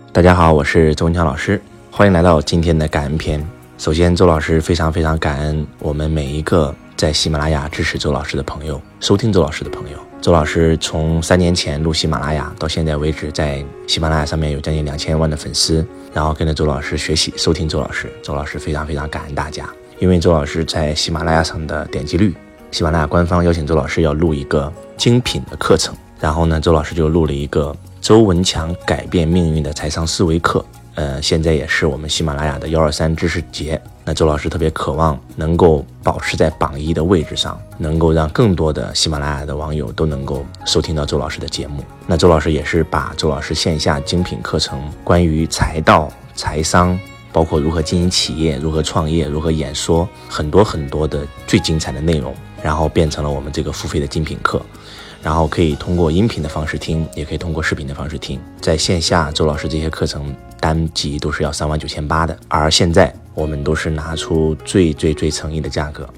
大家好，我是周文强老师，欢迎来到今天的感恩篇。首先，周老师非常感恩我们每一个在喜马拉雅支持周老师的朋友，收听周老师的朋友。周老师从3年前录喜马拉雅到现在为止，在喜马拉雅上面有将近2000万的粉丝，然后跟着周老师学习，收听周老师。周老师非常感恩大家，因为周老师在喜马拉雅上的点击率，喜马拉雅官方邀请周老师要录一个精品的课程，然后呢，周老师就录了一个周文强改变命运的财商思维课。现在也是我们喜马拉雅的123知识节。那周老师特别渴望能够保持在榜1的位置上，能够让更多的喜马拉雅的网友都能够收听到周老师的节目。那周老师也是把周老师线下精品课程关于财道、财商，包括如何经营企业、如何创业、如何演说，很多的最精彩的内容，然后变成了我们这个付费的精品课。然后可以通过音频的方式听，也可以通过视频的方式听。在线下周老师这些课程单集都是要39800的，而现在我们都是拿出最诚意的价格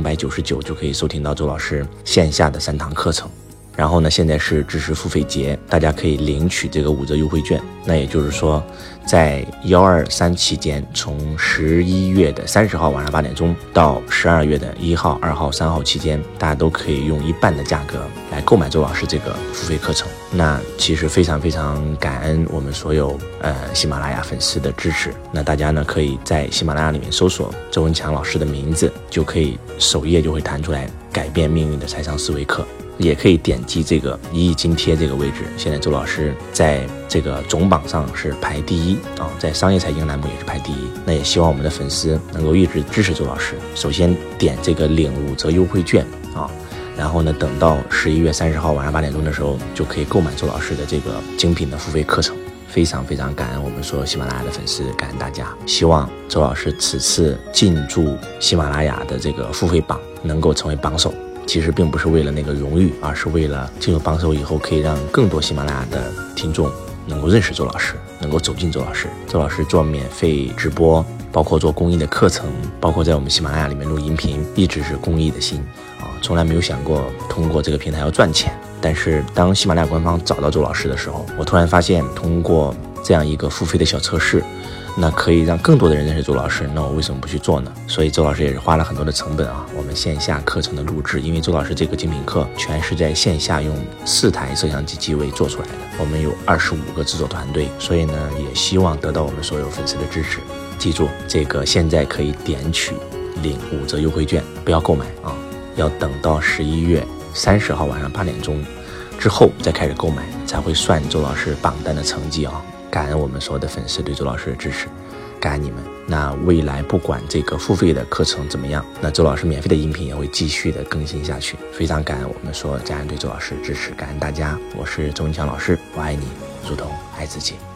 299就可以收听到周老师线下的3堂课程。然后呢，现在是知识付费节，大家可以领取这个5折优惠券。那也就是说，在123期间，从11月的30号晚上8点钟到12月的1号、2号、3号期间，大家都可以用1半的价格来购买周老师这个付费课程。那其实非常感恩我们所有喜马拉雅粉丝的支持。那大家呢，可以在喜马拉雅里面搜索周文强老师的名字，就可以首页就会弹出来改变命运的财商思维课。也可以点击这个1亿津贴这个位置，现在周老师在这个总榜上是排第1在商业财经栏目也是排第1。那也希望我们的粉丝能够一直支持周老师，首先点这个领5折优惠券然后呢，等到11月30号晚上8点钟的时候，就可以购买周老师的这个精品的付费课程。非常感恩我们所有喜马拉雅的粉丝，感恩大家。希望周老师此次进驻喜马拉雅的这个付费榜能够成为榜首。其实并不是为了那个荣誉，而是为了进入榜首以后，可以让更多喜马拉雅的听众能够认识周老师，能够走进周老师。周老师做免费直播，包括做公益的课程，包括在我们喜马拉雅里面录音频，一直是公益的心从来没有想过通过这个平台要赚钱。但是当喜马拉雅官方找到周老师的时候，我突然发现通过这样一个付费的小测试，那可以让更多的人认识周老师，那我为什么不去做呢？所以周老师也是花了很多的成本我们线下课程的录制，因为周老师这个精品课全是在线下用4台摄像机机位做出来的，我们有25个制作团队，所以呢，也希望得到我们所有粉丝的支持。记住，这个现在可以点取领5折优惠券，不要购买要等到11月30号晚上8点钟之后再开始购买，才会算周老师榜单的成绩感恩我们所有的粉丝对周老师的支持，感恩你们。那未来不管这个付费的课程怎么样，那周老师免费的音频也会继续的更新下去。非常感恩我们所有家人对周老师的支持，感恩大家。我是周文强老师，我爱你如同爱自己。